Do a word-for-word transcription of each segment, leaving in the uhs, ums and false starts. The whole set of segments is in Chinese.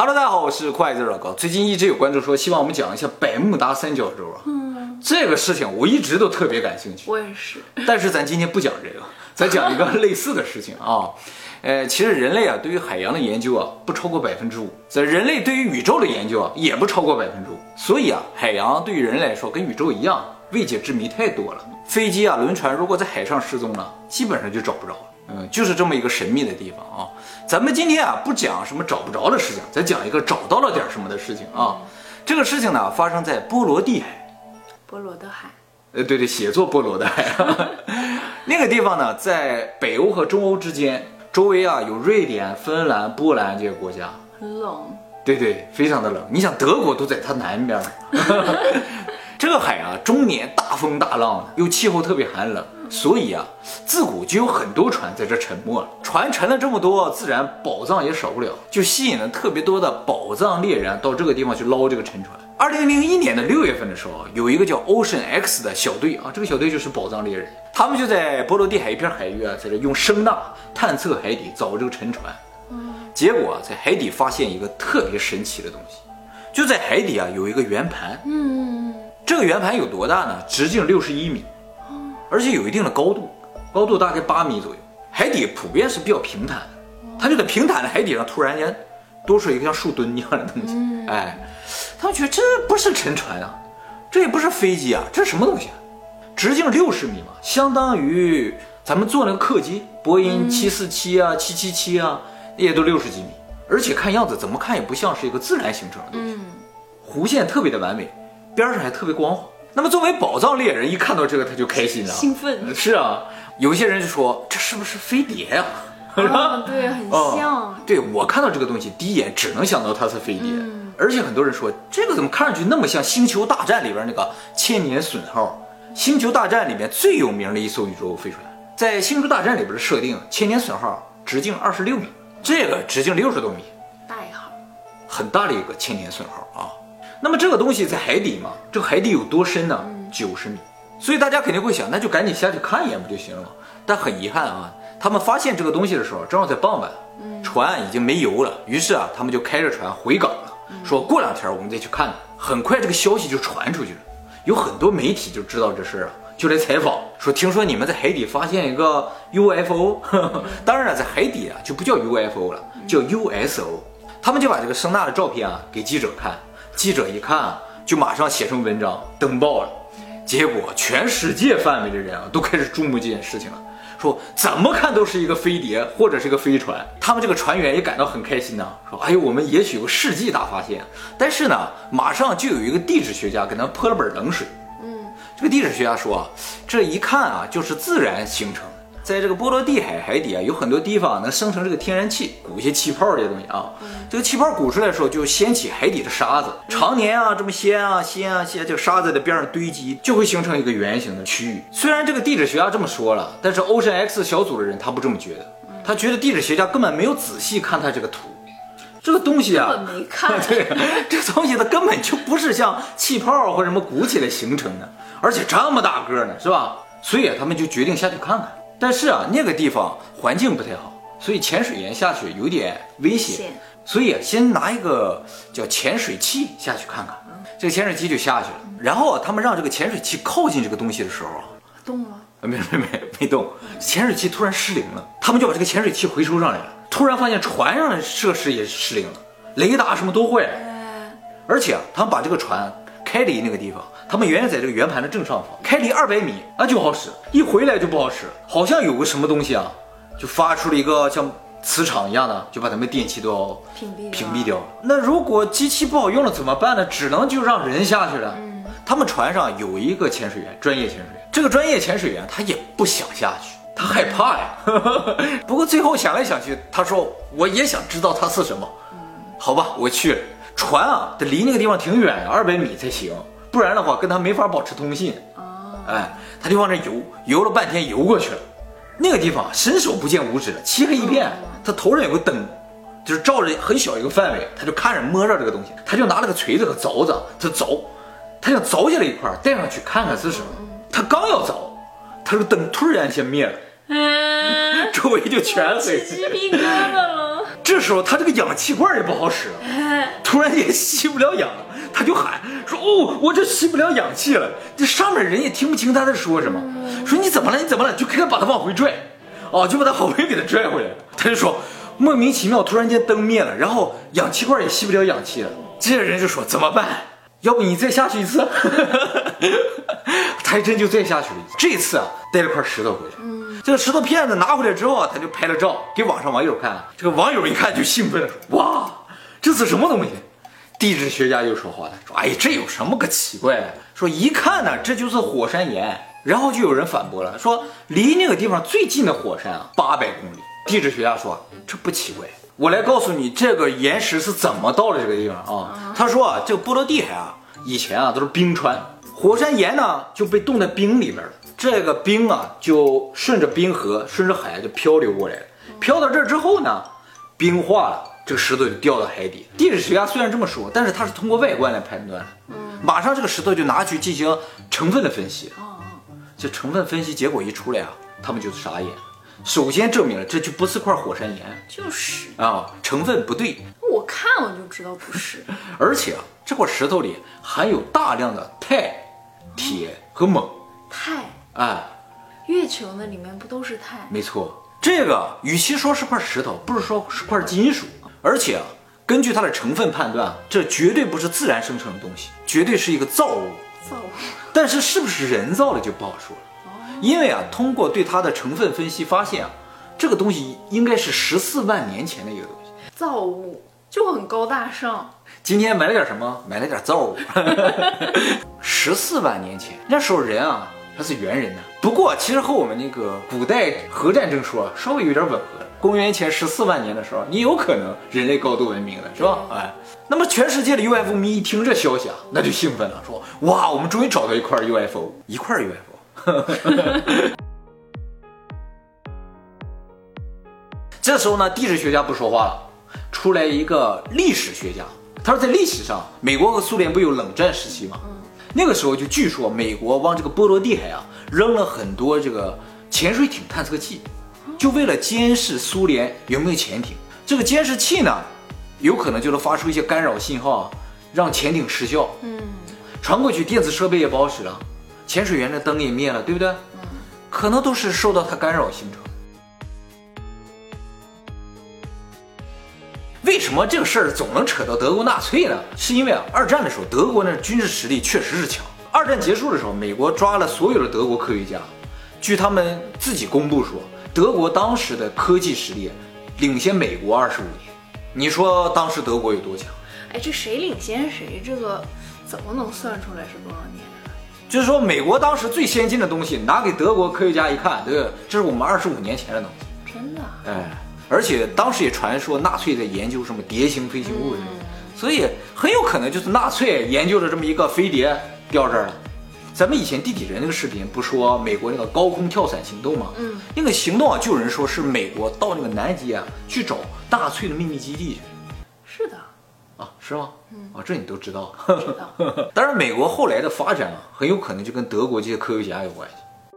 Hello， 大家好，我是筷子老高。最近一直有观众说希望我们讲一下百慕达三角洲啊，嗯，这个事情我一直都特别感兴趣。 我也是。 但是咱今天不讲这个，咱讲一个类似的事情啊。呃，其实人类啊对于海洋的研究啊不超过百分之五，在人类对于宇宙的研究啊也不超过百分之五。所以啊，海洋对于人类来说跟宇宙一样，未解之谜太多了。飞机啊、轮船如果在海上失踪了，基本上就找不着了。嗯，就是这么一个神秘的地方啊。咱们今天啊不讲什么找不着的事情，咱讲一个找到了点什么的事情啊。这个事情呢发生在波罗的海。 波罗的海。 呃，对对，写作波罗的海。那个地方呢，在北欧和中欧之间，周围啊有瑞典、芬兰、波兰这些国家。 很冷。 对对，非常的冷。你想德国都在它南边。这个海啊，终年大风大浪的，又气候特别寒冷，所以啊，自古就有很多船在这沉没了。船沉了这么多，自然宝藏也少不了，就吸引了特别多的宝藏猎人到这个地方去捞这个沉船。二零零一年的六月份的时候，有一个叫 Ocean X 的小队啊，这个小队就是宝藏猎人，他们就在波罗的海一片海域啊，在这用声呐探测海底，找这个沉船。结果啊，在海底发现一个特别神奇的东西，就在海底啊有一个圆盘。嗯。这个圆盘有多大呢？直径六十一米，而且有一定的高度，高度大概八米左右。海底普遍是比较平坦的，它就在平坦的海底上突然间多出一个像树墩一样的东西。哎，他们觉得这不是沉船啊，这也不是飞机啊，这是什么东西啊？直径六十米嘛，相当于咱们坐那个客机，波音七四七啊、七七七啊，也都六十几米，而且看样子怎么看也不像是一个自然形成的东西，弧线特别的完美。边上还特别光滑。那么作为宝藏猎人，一看到这个他就开心了， 兴奋。 是啊，有些人就说这是不是飞碟呀、 啊？啊，对，很像。 哦、对，我看到这个东西第一眼只能想到它是飞碟，嗯、而且很多人说这个怎么看上去那么像《星球大战》里边那个千年隼号。《星球大战》里面最有名的一艘宇宙飞船，在《星球大战》里边的设定，千年隼号直径二十六米，这个直径六十多米， 大一号， 很大的一个千年隼号啊。那么这个东西在海底嘛，这个海底有多深呢？九十米。所以大家肯定会想，那就赶紧下去看一眼不就行了吗？但很遗憾啊，他们发现这个东西的时候，正好在傍晚，船已经没油了。于是啊，他们就开着船回港了，说过两天我们再去看看。很快这个消息就传出去了，有很多媒体就知道这事啊，就来采访，说听说你们在海底发现一个 U F O。 当然了，在海底啊就不叫 U F O 了，叫 U S O。 他们就把这个声呐的照片啊给记者看，记者一看就马上写成文章登报了，结果全世界范围的人啊都开始注目这件事情了，说怎么看都是一个飞碟或者是一个飞船。他们这个船员也感到很开心呢、啊，说哎呦我们也许有个世纪大发现。但是呢，马上就有一个地质学家给他们泼了盆冷水。嗯，这个地质学家说啊，这一看啊就是自然形成的。在这个波罗的海海底啊，有很多地方能生成这个天然气，鼓一些气泡这些东西啊。嗯、这个气泡鼓出来的时候，就掀起海底的沙子，常年啊这么掀啊掀啊掀，这个沙子在边上堆积，就会形成一个圆形的区域。虽然这个地质学家这么说了，但是 Ocean X 小组的人他不这么觉得，他觉得地质学家根本没有仔细看他这个图。这个东西啊， 根本没看。 对，这个东西它根本就不是像气泡或者什么鼓起来形成的，而且这么大个呢，是吧？所以啊，他们就决定下去看看。但是啊，那个地方环境不太好，所以潜水员下去有点危险，所以啊，先拿一个叫潜水器下去看看。这个潜水器就下去了，然后啊，他们让这个潜水器靠近这个东西的时候啊， 动了？ 没没没没动，潜水器突然失灵了，他们就把这个潜水器回收上来了，突然发现船上的设施也失灵了，雷达什么都坏了，而且啊，他们把这个船开离那个地方，他们原来在这个圆盘的正上方，开离二百米啊就好使，一回来就不好使，好像有个什么东西啊，就发出了一个像磁场一样的，就把他们电器都要屏蔽屏蔽掉了。那如果机器不好用了怎么办呢？只能就让人下去了。嗯，他们船上有一个潜水员，专业潜水员，这个专业潜水员他也不想下去，他害怕呀。不过最后想来想去，他说我也想知道它是什么。嗯，好吧，我去了。船啊，得离那个地方挺远的，二百米才行，不然的话跟他没法保持通信。哦，哎，他就往那游，游了半天游过去了。那个地方伸手不见五指了，漆黑一片。他头上有个灯，就是照着很小一个范围，他就看着摸着这个东西，他就拿了个锤子和凿子，他凿，他想凿下来一块带上去看看是什么。他刚要凿，他这个灯突然间灭了，周围就全黑， 起鸡皮疙瘩了。 这时候他这个氧气罐也不好使了，突然间吸不了氧了，他就喊说：“哦，我这吸不了氧气了。”这上面人也听不清他在说什么，说你怎么了？你怎么了？就开始把他往回拽，哦，就把他好不容易给他拽回来了。他就说莫名其妙，突然间灯灭了，然后氧气罐也吸不了氧气了。这些人就说怎么办？要不你再下去一次？他还真就再下去了一次。这次啊，带了块石头回来。嗯，这个石头片子拿回来之后啊，他就拍了照给网上网友看。这个网友一看就兴奋了，说：“哇，这是什么东西？”地质学家又说话了，说：“哎，这有什么可奇怪的？说一看呢，这就是火山岩。”然后就有人反驳了，说离那个地方最近的火山啊，八百公里。地质学家说这不奇怪。我来告诉你，这个岩石是怎么到了这个地方啊？他说啊，这个波罗的海啊，以前啊都是冰川，火山岩呢就被冻在冰里边了。这个冰啊，就顺着冰河，顺着海就漂流过来了。漂到这儿之后呢，冰化了，这个石头就掉到海底。地质学家虽然这么说，但是他是通过外观来判断的。马上这个石头就拿去进行成分的分析。这成分分析结果一出来啊，他们就傻眼了。首先证明了这就不是块火山岩， 就是啊，成分不对。 我看我就知道不是。 而且啊，这块石头里含有大量的钛、铁和锰。 钛， 哎， 月球那里面不都是钛？ 没错，这个与其说是块石头，不如说是块金属。而且啊，根据它的成分判断，这绝对不是自然生成的东西，绝对是一个造物。 造物。 但是是不是人造的就不好说了。因为啊，通过对它的成分分析发现啊，这个东西应该是十四万年前的一个东西。 造物就很高大上。 今天买了点什么？买了点造物。十四万年前，那时候人啊，他是猿人呢。不过其实和我们那个古代核战争说稍微有点吻合。公元前十四万年的时候，你有可能人类高度文明了，是吧？哎，那么全世界的 U F O 迷一听这消息啊，那就兴奋了，说哇，我们终于找到一块 U F O， 一块 U F O。这时候呢，地质学家不说话了，出来一个历史学家。他说，在历史上，美国和苏联不有冷战时期吗？那个时候就据说美国往这个波罗的海啊扔了很多这个潜水艇探测器，就为了监视苏联有没有潜艇。这个监视器呢，有可能就能发出一些干扰信号，让潜艇失效。嗯，传过去，电子设备也不好使了。潜水员的灯也灭了，对不对？嗯，可能都是受到它干扰形成。为什么这个事儿总能扯到德国纳粹呢？是因为啊，二战的时候德国呢军事实力确实是强。二战结束的时候，美国抓了所有的德国科学家，据他们自己公布说，德国当时的科技实力领先美国二十五年。你说当时德国有多强？ 哎，这谁领先谁，这个怎么能算出来是多少年？ 就是说，美国当时最先进的东西拿给德国科学家一看，对，这是我们二十五年前的东西。 真的？ 哎，而且当时也传说纳粹在研究什么蝶形飞行物之类的，嗯、所以很有可能就是纳粹研究的这么一个飞碟掉这儿了。咱们以前地底人那个视频不说美国那个高空跳伞行动吗？嗯，那个行动啊，就有人说是美国到那个南极啊去找纳粹的秘密基地去。 是的。 啊，是吗？嗯，啊，这你都知道。 知道。 当然，美国后来的发展啊，很有可能就跟德国这些科学家有关系。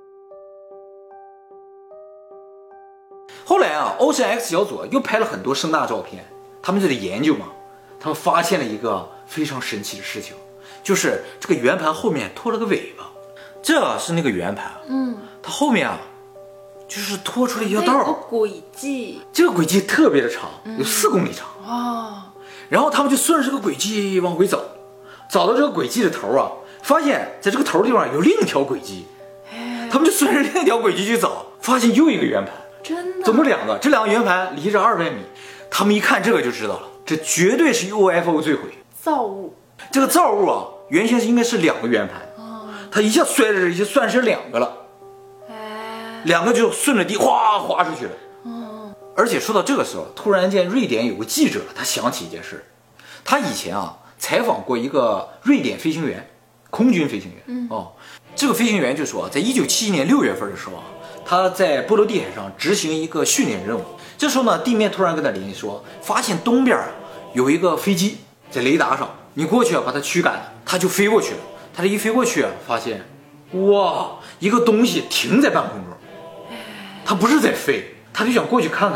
后来啊 ，Ocean X 小组又拍了很多声纳照片，他们就得研究嘛。他们发现了一个非常神奇的事情，就是这个圆盘后面拖了个尾巴。这是那个圆盘，嗯，它后面啊，就是拖出了一条道， 有轨迹。 这个轨迹特别的长，有四公里长。 哦。 然后他们就顺着这个轨迹往回走，找到这个轨迹的头啊，发现在这个头地方有另一条轨迹，他们就顺着另一条轨迹去找，发现又一个圆盘， 真的， 总共两个，这两个圆盘离着二百米，他们一看这个就知道了，这绝对是 U F O 坠毁造物。 这个造物啊，原先应该是两个圆盘，哦，它一下摔在这里就算是两个了，哎，两个就顺着地哗滑出去了。而且说到这个时候，突然间瑞典有个记者，他想起一件事，他以前啊采访过一个瑞典飞行员，空军飞行员。嗯，哦，这个飞行员就说，在一九七一年六月份的时候啊，他在波罗的海上执行一个训练任务。这时候呢，地面突然跟他联系说，发现东边有一个飞机在雷达上，你过去啊把它驱赶了，他就飞过去了。他这一飞过去啊，发现哇，一个东西停在半空中，他不是在飞。他就想过去看看，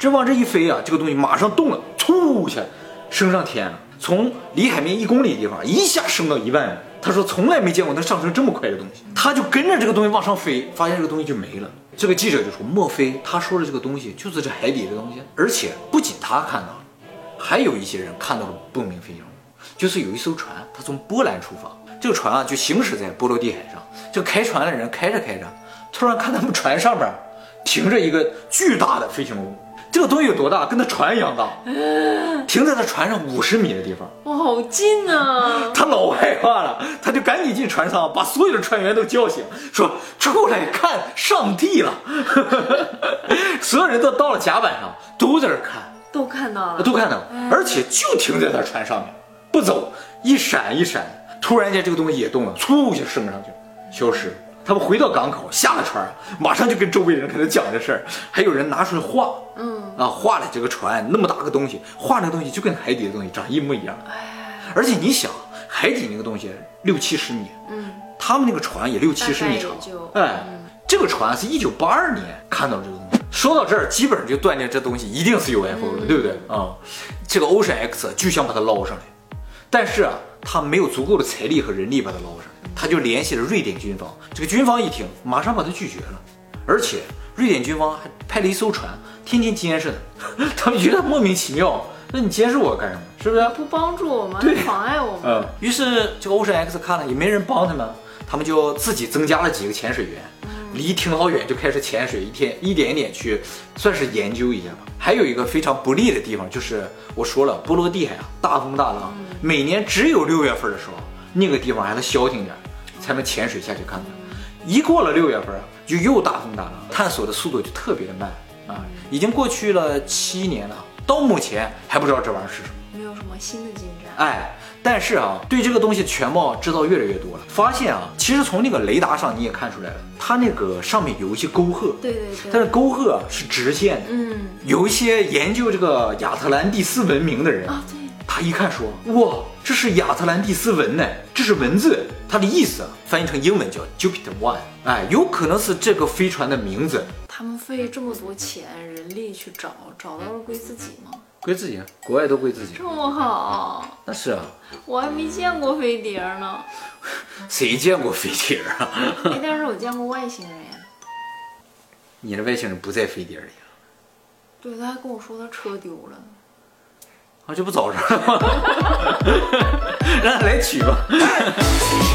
这往这一飞啊，这个东西马上动了，突一下升上天了，从离海面一公里的地方一下升到一万米。他说从来没见过能上升这么快的东西，他就跟着这个东西往上飞，发现这个东西就没了。这个记者就说，莫非他说的这个东西就是这海底的东西？而且不仅他看到了，还有一些人看到了不明飞行物，就是有一艘船，它从波兰出发，这个船啊就行驶在波罗的海上。这个开船的人开着开着，突然看他们船上边停着一个巨大的飞行物。这个东西有多大？跟他船一样大，停在他船上五十米的地方。 哇，好近啊！ 他老害怕了，他就赶紧进船上，把所有的船员都叫醒，说出来看上帝了。所有人都到了甲板上，都在这看， 都看到了， 都看到了，而且就停在他船上面不走，一闪一闪。突然间这个东西也动了，嗖一下升上去了，消失了。他们回到港口，下了船，马上就跟周围人跟他讲这事儿，还有人拿出来画，嗯啊，画了这个船那么大个东西，画那个东西就跟海底的东西长一模一样。而且你想，海底那个东西六七十米，嗯，他们那个船也六七十米长，哎，嗯、这个船是一九八二年看到这个东西。说到这儿，基本上就断定这东西一定是 U F O 了，嗯、对不对啊？这个 Ocean X 就想把它捞上来，但是啊，他没有足够的财力和人力把它捞上来。他就联系了瑞典军方，这个军方一听，马上把他拒绝了，而且瑞典军方还派了一艘船，天天监视他，他们觉得莫名其妙，那你监视我干什么？是不是？ 不帮助我们， 对， 妨碍我们。 嗯，于是这个 Ocean X 看了也没人帮他们，他们就自己增加了几个潜水员，离挺好远就开始潜水，一天一点一点去，算是研究一下吧。还有一个非常不利的地方，就是我说了，波罗的海啊，大风大浪，嗯、每年只有六月份的时候，那个地方还能消停点。才能潜水下去看看，一过了六月份啊，就又大风大浪，探索的速度就特别的慢啊！已经过去了七年了，到目前还不知道这玩意儿是什么， 没有什么新的进展。 哎，但是啊，对这个东西的全貌知道越来越多了，发现啊，其实从那个雷达上你也看出来了，它那个上面有一些沟壑， 对对对， 但是沟壑啊是直线的，嗯，有一些研究这个亚特兰蒂斯文明的人啊，对。 他一看说，哇，这是亚特兰蒂斯文呢，这是文字，它的意思啊，翻译成英文叫 Jupiter One， 哎，有可能是这个飞船的名字。 他们费这么多钱人力去找，找到了归自己吗？ 归自己，国外都归自己。 这么好？ 那是啊， 我还没见过飞碟呢。 谁见过飞碟啊？ 哎，但是我见过外星人呀。 你的外星人不在飞碟里啊？ 对，他还跟我说他车丢了。 啊，这不早上了吗？让他来取吧。